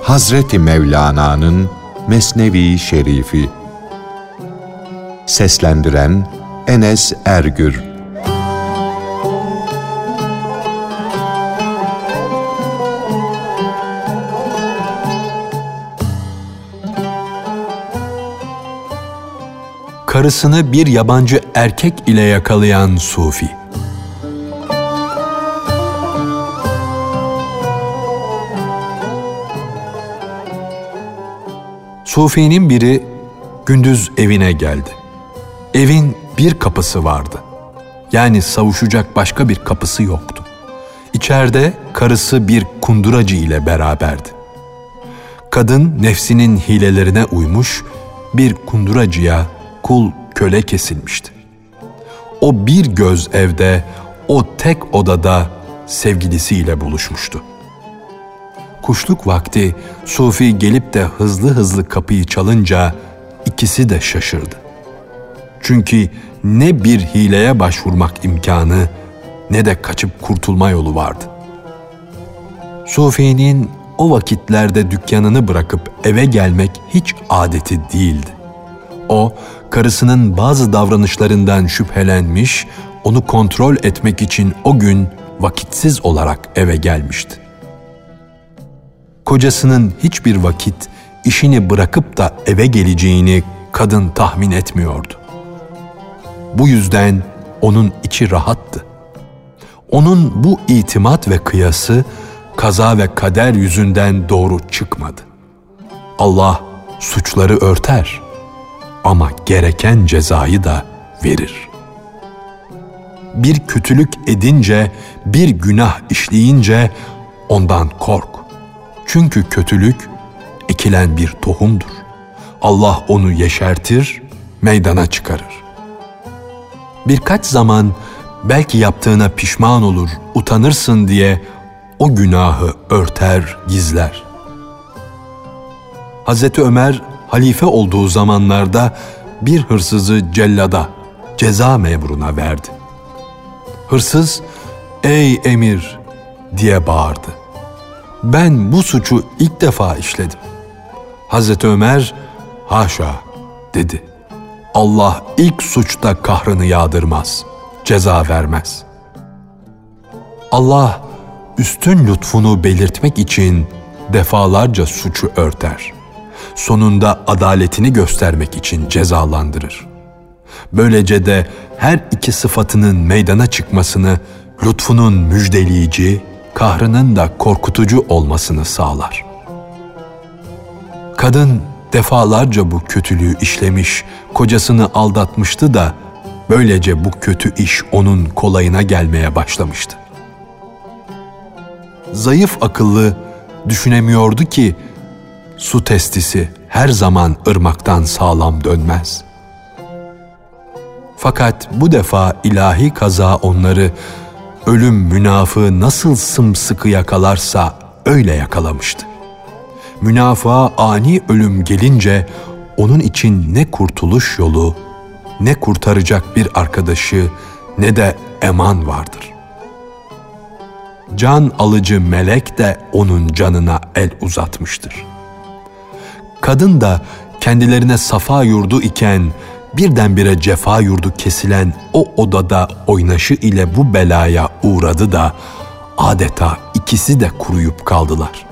Hazreti Mevlana'nın Mesnevi Şerifi. Seslendiren Enes Ergür. Karısını bir yabancı erkek ile yakalayan Sufi. Sufi'nin biri gündüz evine geldi. Evin bir kapısı vardı. Yani savuşacak başka bir kapısı yoktu. İçeride karısı bir kunduracı ile beraberdi. Kadın nefsinin hilelerine uymuş, bir kunduracıya kul köle kesilmişti. O bir göz evde, o tek odada sevgilisiyle buluşmuştu. Kuşluk vakti Sufi gelip de hızlı hızlı kapıyı çalınca ikisi de şaşırdı. Çünkü ne bir hileye başvurmak imkanı ne de kaçıp kurtulma yolu vardı. Sufi'nin o vakitlerde dükkanını bırakıp eve gelmek hiç adeti değildi. O, karısının bazı davranışlarından şüphelenmiş, onu kontrol etmek için o gün vakitsiz olarak eve gelmişti. Kocasının hiçbir vakit işini bırakıp da eve geleceğini kadın tahmin etmiyordu. Bu yüzden onun içi rahattı. Onun bu itimat ve kıyası kaza ve kader yüzünden doğru çıkmadı. Allah suçları örter ama gereken cezayı da verir. Bir kötülük edince, bir günah işleyince ondan kork. Çünkü kötülük ekilen bir tohumdur. Allah onu yeşertir, meydana çıkarır. Birkaç zaman belki yaptığına pişman olur, utanırsın diye o günahı örter, gizler. Hazreti Ömer halife olduğu zamanlarda bir hırsızı cellada, ceza memuruna verdi. Hırsız, "Ey emir!" diye bağırdı. "Ben bu suçu ilk defa işledim." Hazreti Ömer, "Haşa!" dedi. "Allah ilk suçta kahrını yağdırmaz, ceza vermez." Allah üstün lütfunu belirtmek için defalarca suçu örter. Sonunda adaletini göstermek için cezalandırır. Böylece de her iki sıfatının meydana çıkmasını, lütfunun müjdeleyici, kahrının da korkutucu olmasını sağlar. Kadın defalarca bu kötülüğü işlemiş, kocasını aldatmıştı da böylece bu kötü iş onun kolayına gelmeye başlamıştı. Zayıf akıllı düşünemiyordu ki su testisi her zaman ırmaktan sağlam dönmez. Fakat bu defa ilahi kaza onları ölüm münafığı nasıl sımsıkı yakalarsa öyle yakalamıştı. Münafığa ani ölüm gelince onun için ne kurtuluş yolu, ne kurtaracak bir arkadaşı, ne de eman vardır. Can alıcı melek de onun canına el uzatmıştır. Kadın da kendilerine safa yurdu iken birdenbire cefa yurdu kesilen o odada oynaşı ile bu belaya uğradı da adeta ikisi de kuruyup kaldılar.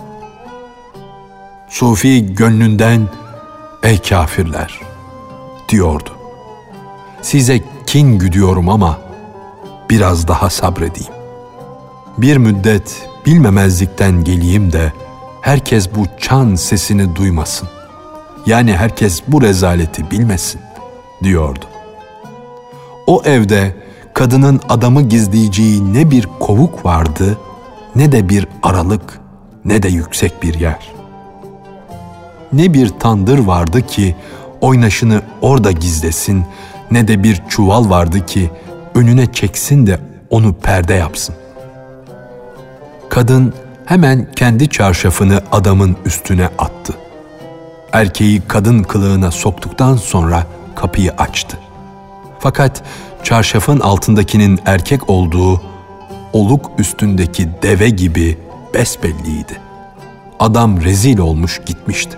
Sufi gönlünden "Ey kafirler!" diyordu. "Size kin güdüyorum ama biraz daha sabredeyim. Bir müddet bilmemezlikten geleyim de herkes bu çan sesini duymasın. Yani herkes bu rezaleti bilmesin," diyordu. O evde kadının adamı gizleyeceği ne bir kovuk vardı, ne de bir aralık, ne de yüksek bir yer. Ne bir tandır vardı ki oynaşını orada gizlesin, ne de bir çuval vardı ki önüne çeksin de onu perde yapsın. Kadın hemen kendi çarşafını adamın üstüne attı. Erkeği kadın kılığına soktuktan sonra kapıyı açtı. Fakat çarşafın altındakinin erkek olduğu oluk üstündeki deve gibi besbelliydi. Adam rezil olmuş gitmişti.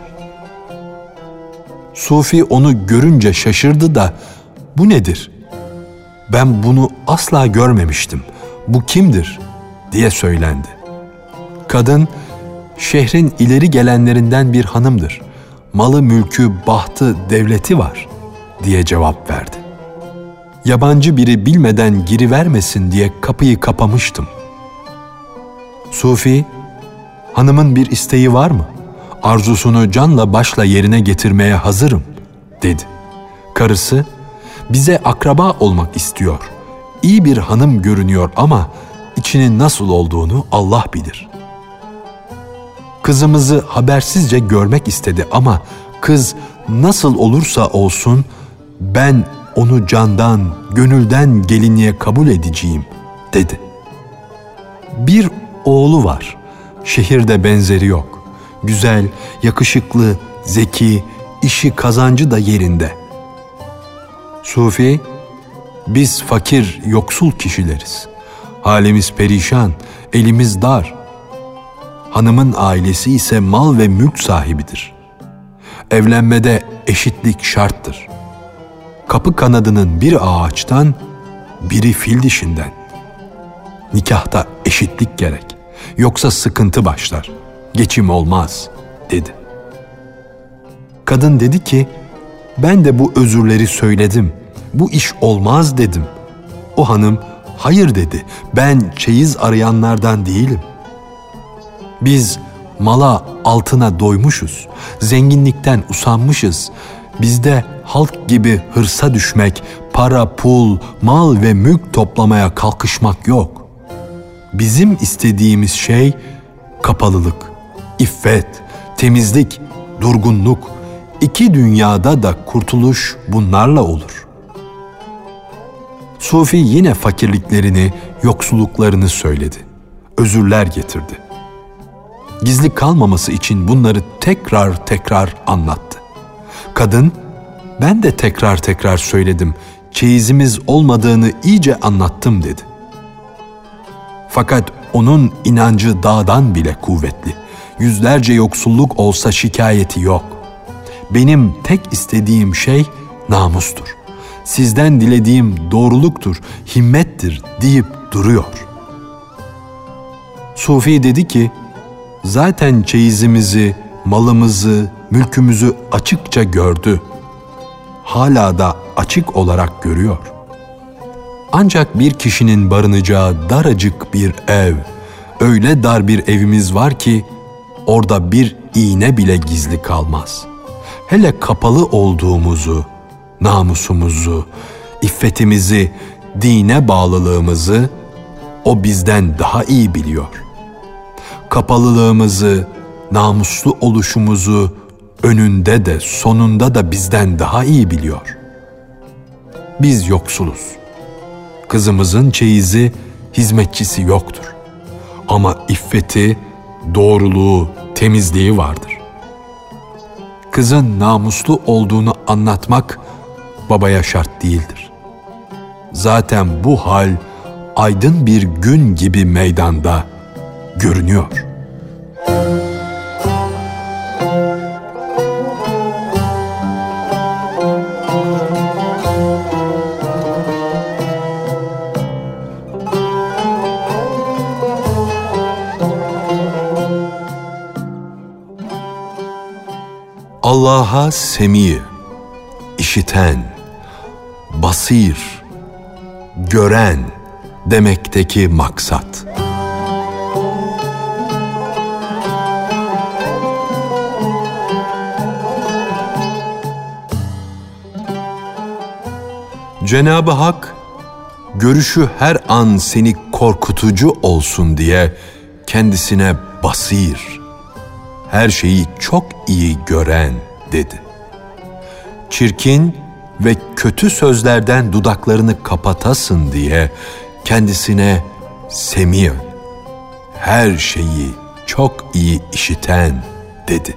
Sufi onu görünce şaşırdı da "Bu nedir? Ben bunu asla görmemiştim. Bu kimdir?" diye söylendi. Kadın, "Şehrin ileri gelenlerinden bir hanımdır. Malı, mülkü, bahtı, devleti var," diye cevap verdi. "Yabancı biri bilmeden girivermesin diye kapıyı kapamıştım." Sufi, "Hanımın bir isteği var mı? Arzusunu canla başla yerine getirmeye hazırım," dedi. Karısı, "Bize akraba olmak istiyor. İyi bir hanım görünüyor ama içinin nasıl olduğunu Allah bilir. Kızımızı habersizce görmek istedi ama kız nasıl olursa olsun ben onu candan, gönülden gelinliğe kabul edeceğim," dedi. "Bir oğlu var. Şehirde benzeri yok. Güzel, yakışıklı, zeki, işi kazancı da yerinde." Sufi, "Biz fakir, yoksul kişileriz. Halimiz perişan, elimiz dar. Hanımın ailesi ise mal ve mülk sahibidir. Evlenmede eşitlik şarttır. Kapı kanadının biri ağaçtan, biri fil dişinden. Nikahta eşitlik gerek. Yoksa sıkıntı başlar. Geçim olmaz," dedi. Kadın dedi ki, "Ben de bu özürleri söyledim. Bu iş olmaz," dedim. O hanım, "Hayır," dedi. "Ben çeyiz arayanlardan değilim. Biz mala, altına doymuşuz. Zenginlikten usanmışız. Bizde halk gibi hırsa düşmek, para, pul, mal ve mülk toplamaya kalkışmak yok. Bizim istediğimiz şey kapalılık, iffet, temizlik, durgunluk. İki dünyada da kurtuluş bunlarla olur." Sufi yine fakirliklerini, yoksulluklarını söyledi. Özürler getirdi. Gizli kalmaması için bunları tekrar tekrar anlattı. Kadın, "Ben de tekrar tekrar söyledim. Çeyizimiz olmadığını iyice anlattım," dedi. Fakat onun inancı dağdan bile kuvvetli. Yüzlerce yoksulluk olsa şikayeti yok. "Benim tek istediğim şey namustur. Sizden dilediğim doğruluktur, himmettir," deyip duruyor. Sufi dedi ki, "Zaten çeyizimizi, malımızı, mülkümüzü açıkça gördü. Hala da açık olarak görüyor. Ancak bir kişinin barınacağı daracık bir ev, öyle dar bir evimiz var ki orada bir iğne bile gizli kalmaz. Hele kapalı olduğumuzu, namusumuzu, iffetimizi, dine bağlılığımızı o bizden daha iyi biliyor. Kapalılığımızı, namuslu oluşumuzu önünde de sonunda da bizden daha iyi biliyor. Biz yoksuluz. Kızımızın çeyizi, hizmetçisi yoktur. Ama iffeti, doğruluğu, temizliği vardır. Kızın namuslu olduğunu anlatmak babaya şart değildir. Zaten bu hal aydın bir gün gibi meydanda görünüyor." Allah'a semi, işiten, basir, gören demekteki maksat. Cenab-ı Hak, görüşü her an seni korkutucu olsun diye kendisine basir, her şeyi çok iyi gören dedi. Çirkin ve kötü sözlerden dudaklarını kapatasın diye kendisine semi, her şeyi çok iyi işiten dedi.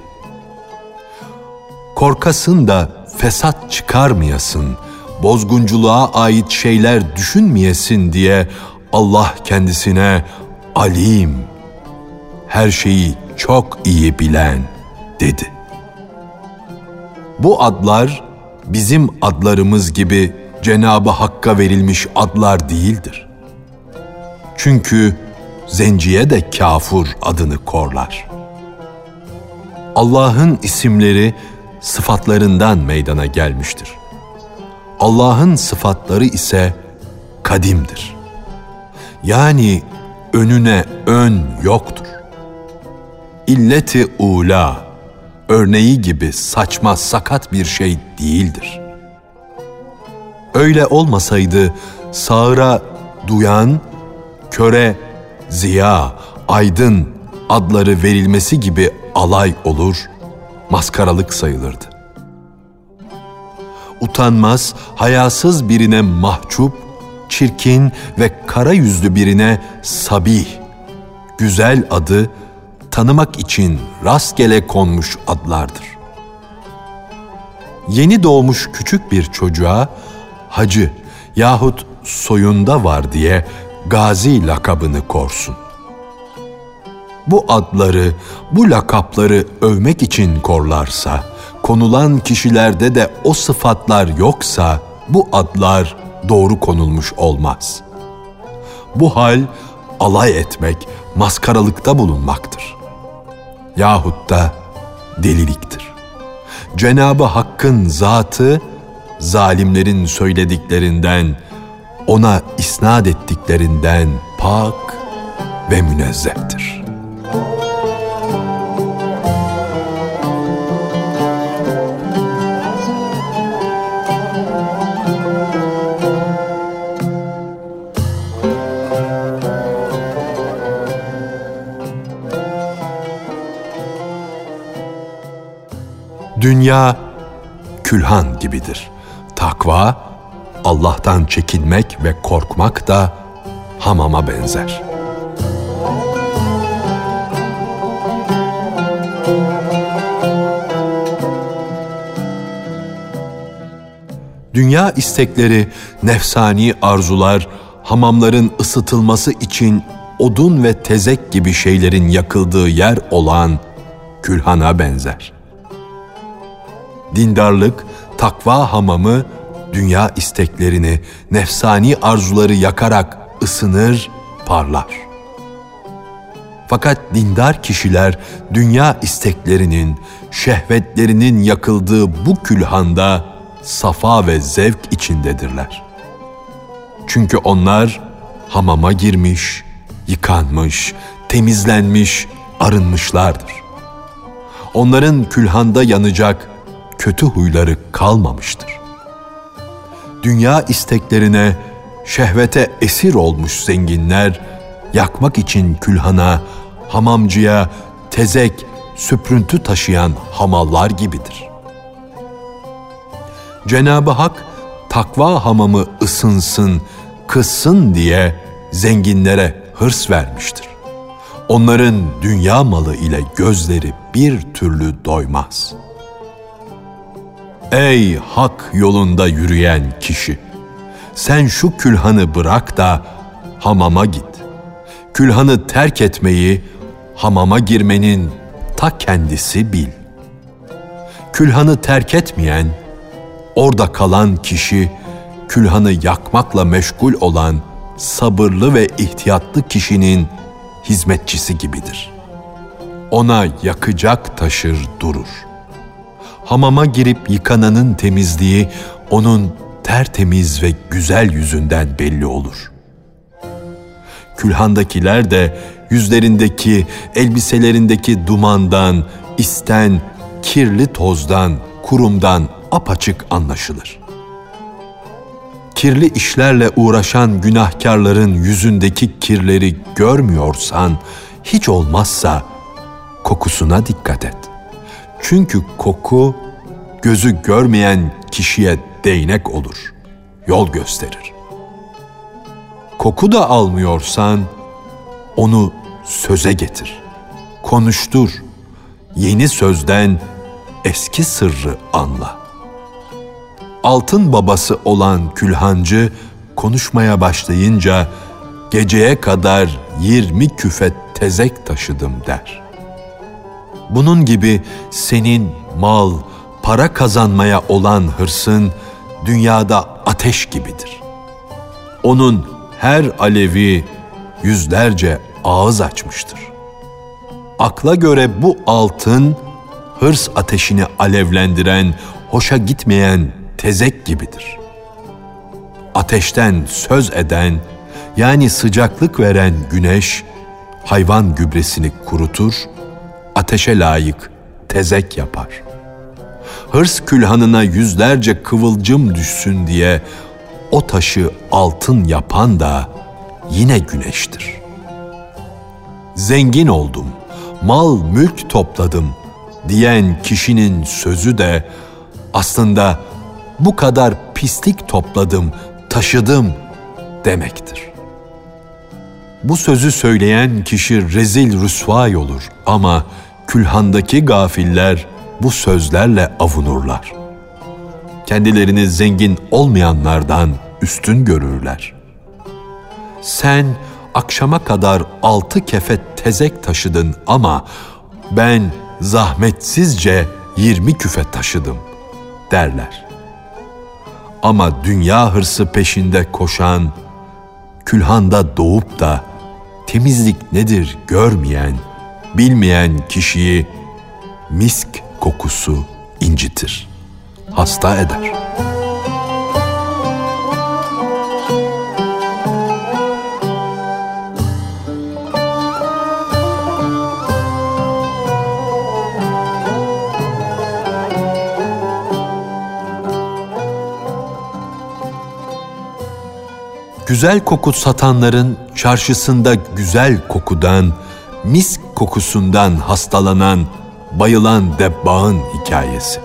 Korkasın da fesat çıkarmayasın, bozgunculuğa ait şeyler düşünmeyesin diye Allah kendisine alim, her şeyi çok iyi bilen dedi. Bu adlar bizim adlarımız gibi Cenab-ı Hakk'a verilmiş adlar değildir. Çünkü zenciye de kafur adını korlar. Allah'ın isimleri sıfatlarından meydana gelmiştir. Allah'ın sıfatları ise kadimdir. Yani önüne ön yoktur. İlleti ula, örneği gibi saçma sakat bir şey değildir. Öyle olmasaydı sağıra duyan, köre ziya, aydın adları verilmesi gibi alay olur, maskaralık sayılırdı. Utanmaz, hayasız birine mahcup, çirkin ve kara yüzlü birine sabih, güzel adı tanımak için rastgele konmuş adlardır. Yeni doğmuş küçük bir çocuğa hacı yahut soyunda var diye gazi lakabını korsun. Bu adları, bu lakapları övmek için korlarsa, konulan kişilerde de o sıfatlar yoksa bu adlar doğru konulmuş olmaz. Bu hal alay etmek, maskaralıkta bulunmaktır. Yahut da deliliktir. Cenab-ı Hakk'ın zatı, zalimlerin söylediklerinden, ona isnat ettiklerinden pak ve münezzehtir. Dünya külhan gibidir. Takva, Allah'tan çekinmek ve korkmak da hamama benzer. Dünya istekleri, nefsani arzular, hamamların ısıtılması için odun ve tezek gibi şeylerin yakıldığı yer olan külhana benzer. Dindarlık, takva hamamı, dünya isteklerini, nefsani arzuları yakarak ısınır, parlar. Fakat dindar kişiler dünya isteklerinin, şehvetlerinin yakıldığı bu külhanda safa ve zevk içindedirler. Çünkü onlar hamama girmiş, yıkanmış, temizlenmiş, arınmışlardır. Onların külhanda yanacak kötü huyları kalmamıştır. Dünya isteklerine, şehvete esir olmuş zenginler, yakmak için külhana, hamamcıya, tezek, süprüntü taşıyan hamallar gibidir. Cenab-ı Hak, takva hamamı ısınsın, kızsın diye zenginlere hırs vermiştir. Onların dünya malı ile gözleri bir türlü doymaz. Ey hak yolunda yürüyen kişi! Sen şu külhanı bırak da hamama git. Külhanı terk etmeyi, hamama girmenin ta kendisi bil. Külhanı terk etmeyen, orada kalan kişi, külhanı yakmakla meşgul olan sabırlı ve ihtiyatlı kişinin hizmetçisi gibidir. Ona yakacak taşır durur. Hamama girip yıkananın temizliği onun tertemiz ve güzel yüzünden belli olur. Külhandakiler de yüzlerindeki, elbiselerindeki dumandan, isten, kirli tozdan, kurumdan apaçık anlaşılır. Kirli işlerle uğraşan günahkarların yüzündeki kirleri görmüyorsan, hiç olmazsa kokusuna dikkat et. Çünkü koku, gözü görmeyen kişiye değnek olur, yol gösterir. Koku da almıyorsan, onu söze getir, konuştur, yeni sözden eski sırrı anla. Altın babası olan külhancı konuşmaya başlayınca geceye kadar 20 küfet tezek taşıdım der. Bunun gibi senin mal, para kazanmaya olan hırsın dünyada ateş gibidir. Onun her alevi yüzlerce ağız açmıştır. Akla göre bu altın, hırs ateşini alevlendiren, hoşa gitmeyen tezek gibidir. Ateşten söz eden, yani sıcaklık veren güneş, hayvan gübresini kurutur, ateşe layık tezek yapar. Hırs külhanına yüzlerce kıvılcım düşsün diye o taşı altın yapan da yine güneştir. Zengin oldum, mal mülk topladım diyen kişinin sözü de aslında bu kadar pislik topladım, taşıdım demektir. Bu sözü söyleyen kişi rezil rüsvay olur ama külhandaki gafiller bu sözlerle avunurlar. Kendilerini zengin olmayanlardan üstün görürler. Sen akşama kadar 6 kefet tezek taşıdın ama ben zahmetsizce 20 küfe taşıdım derler. Ama dünya hırsı peşinde koşan, külhanda doğup da temizlik nedir görmeyen, bilmeyen kişiyi misk kokusu incitir, hasta eder. Güzel koku satanların çarşısında güzel kokudan, misk kokusundan hastalanan, bayılan debbağın hikayesi.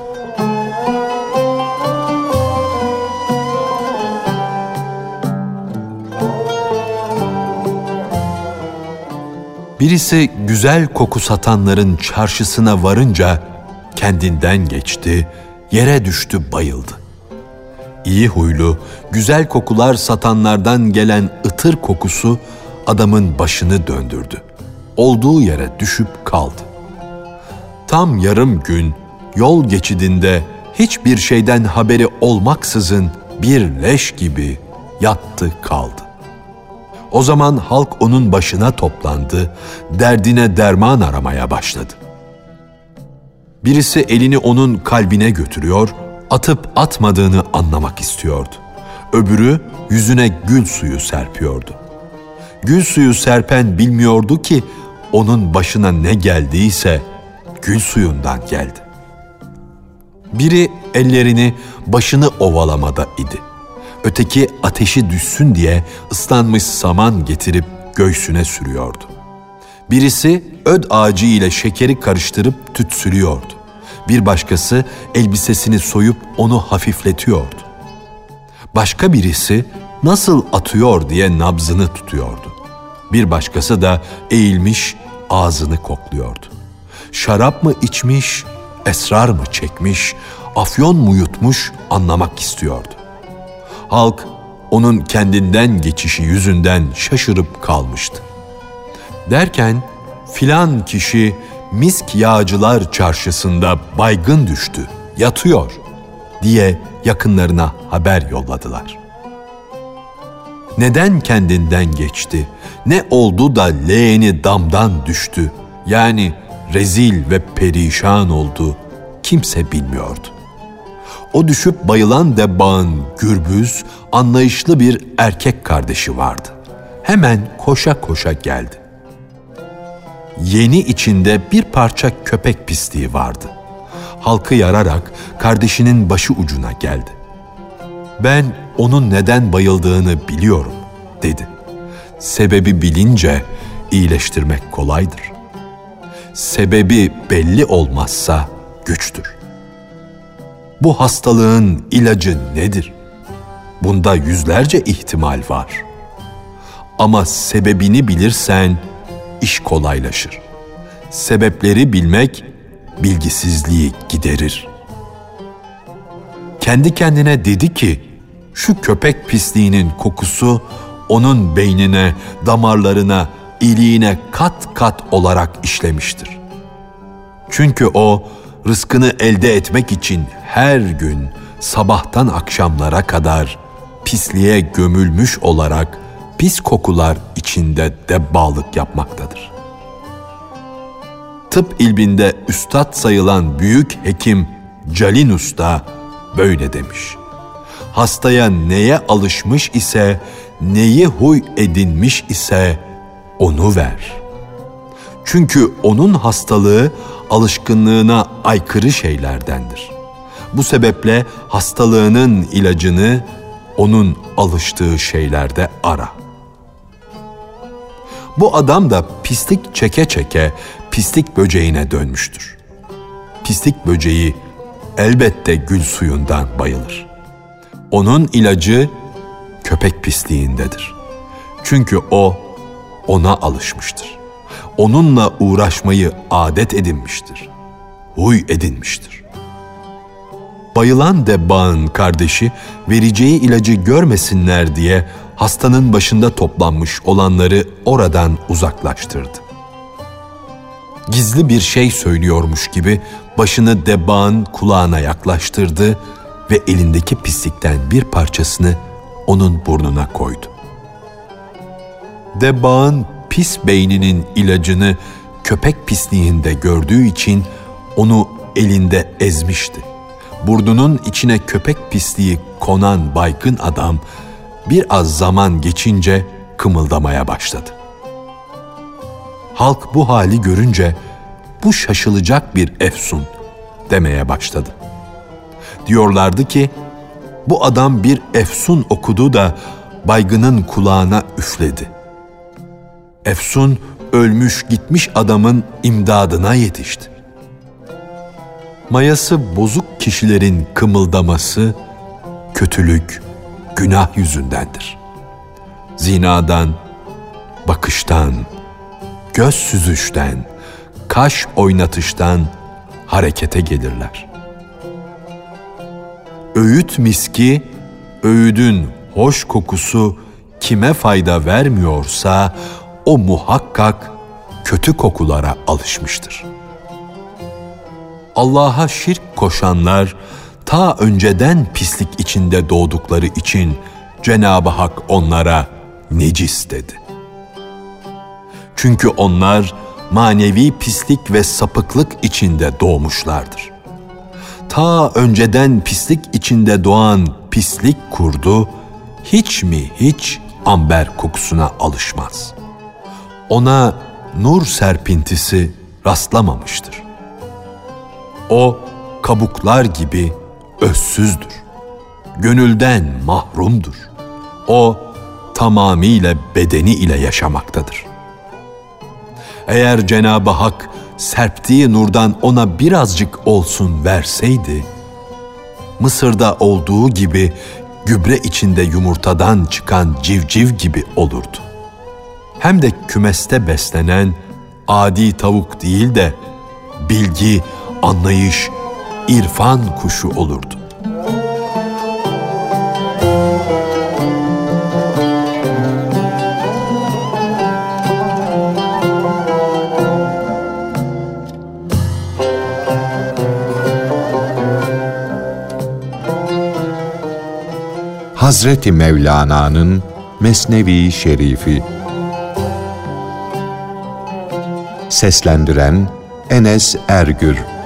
Birisi güzel koku satanların çarşısına varınca kendinden geçti, yere düştü, bayıldı. İyi huylu, güzel kokular satanlardan gelen ıtır kokusu adamın başını döndürdü. Olduğu yere düşüp kaldı. Tam yarım gün yol geçidinde hiçbir şeyden haberi olmaksızın bir leş gibi yattı kaldı. O zaman halk onun başına toplandı, derdine derman aramaya başladı. Birisi elini onun kalbine götürüyor, atıp atmadığını anlamak istiyordu. Öbürü yüzüne gül suyu serpiyordu. Gül suyu serpen bilmiyordu ki onun başına ne geldiyse gül suyundan geldi. Biri ellerini başını ovalamada idi. Öteki ateşi düşsün diye ıslanmış saman getirip göğsüne sürüyordu. Birisi öd ağacı ile şekeri karıştırıp tütsülüyordu. Bir başkası elbisesini soyup onu hafifletiyordu. Başka birisi nasıl atıyor diye nabzını tutuyordu. Bir başkası da eğilmiş ağzını kokluyordu. Şarap mı içmiş, esrar mı çekmiş, afyon mu yutmuş anlamak istiyordu. Halk onun kendinden geçişi yüzünden şaşırıp kalmıştı. Derken filan kişi misk yağcılar çarşısında baygın düştü, yatıyor diye yakınlarına haber yolladılar. Neden kendinden geçti, ne oldu da leğeni damdan düştü, yani rezil ve perişan oldu, kimse bilmiyordu. O düşüp bayılan debbağın gürbüz, anlayışlı bir erkek kardeşi vardı. Hemen koşa koşa geldi. Yeni içinde bir parça köpek pisliği vardı. Halkı yararak kardeşinin başı ucuna geldi. "Ben onun neden bayıldığını biliyorum," dedi. "Sebebi bilince iyileştirmek kolaydır. Sebebi belli olmazsa güçtür. Bu hastalığın ilacı nedir? Bunda yüzlerce ihtimal var. Ama sebebini bilirsen iş kolaylaşır. Sebepleri bilmek bilgisizliği giderir." Kendi kendine dedi ki, şu köpek pisliğinin kokusu onun beynine, damarlarına, iliğine kat kat olarak işlemiştir. Çünkü o rızkını elde etmek için her gün sabahtan akşamlara kadar pisliğe gömülmüş olarak pis kokular içinde debbalık yapmaktadır. Tıp ilminde üstad sayılan büyük hekim Calinus da böyle demiş: hastaya neye alışmış ise, neyi huy edinmiş ise onu ver. Çünkü onun hastalığı alışkınlığına aykırı şeylerdendir. Bu sebeple hastalığının ilacını onun alıştığı şeylerde ara. Bu adam da pislik çeke çeke pislik böceğine dönmüştür. Pislik böceği elbette gül suyundan bayılır. Onun ilacı köpek pisliğindedir. Çünkü o ona alışmıştır. Onunla uğraşmayı adet edinmiştir. Huy edinmiştir. Bayılan debbağın kardeşi vereceği ilacı görmesinler diye hastanın başında toplanmış olanları oradan uzaklaştırdı. Gizli bir şey söylüyormuş gibi başını debbağın kulağına yaklaştırdı ve elindeki pislikten bir parçasını onun burnuna koydu. Debbağın pis beyninin ilacını köpek pisliğinde gördüğü için onu elinde ezmişti. Burnunun içine köpek pisliği konan baygın adam biraz zaman geçince kımıldamaya başladı. Halk bu hali görünce bu şaşılacak bir efsun demeye başladı. Diyorlardı ki bu adam bir efsun okudu da baygının kulağına üfledi. Efsun ölmüş gitmiş adamın imdadına yetişti. Mayası bozuk kişilerin kımıldaması kötülük, günah yüzündendir. Zinadan, bakıştan, göz süzüşten, kaş oynatıştan harekete gelirler. Öğüt miski, öğüdün hoş kokusu kime fayda vermiyorsa o muhakkak kötü kokulara alışmıştır. Allah'a şirk koşanlar ta önceden pislik içinde doğdukları için Cenab-ı Hak onlara necis dedi. Çünkü onlar manevi pislik ve sapıklık içinde doğmuşlardır. Ta önceden pislik içinde doğan pislik kurdu, hiç mi hiç amber kokusuna alışmaz. Ona nur serpintisi rastlamamıştır. O kabuklar gibi özsüzdür. Gönülden mahrumdur. O tamamıyla bedeni ile yaşamaktadır. Eğer Cenab-ı Hak serptiği nurdan ona birazcık olsun verseydi, Mısır'da olduğu gibi gübre içinde yumurtadan çıkan civciv gibi olurdu. Hem de kümeste beslenen adi tavuk değil de bilgi, anlayış, irfan kuşu olurdu. Hazreti Mevlana'nın Mesnevi Şerifi. Seslendiren Enes Ergür.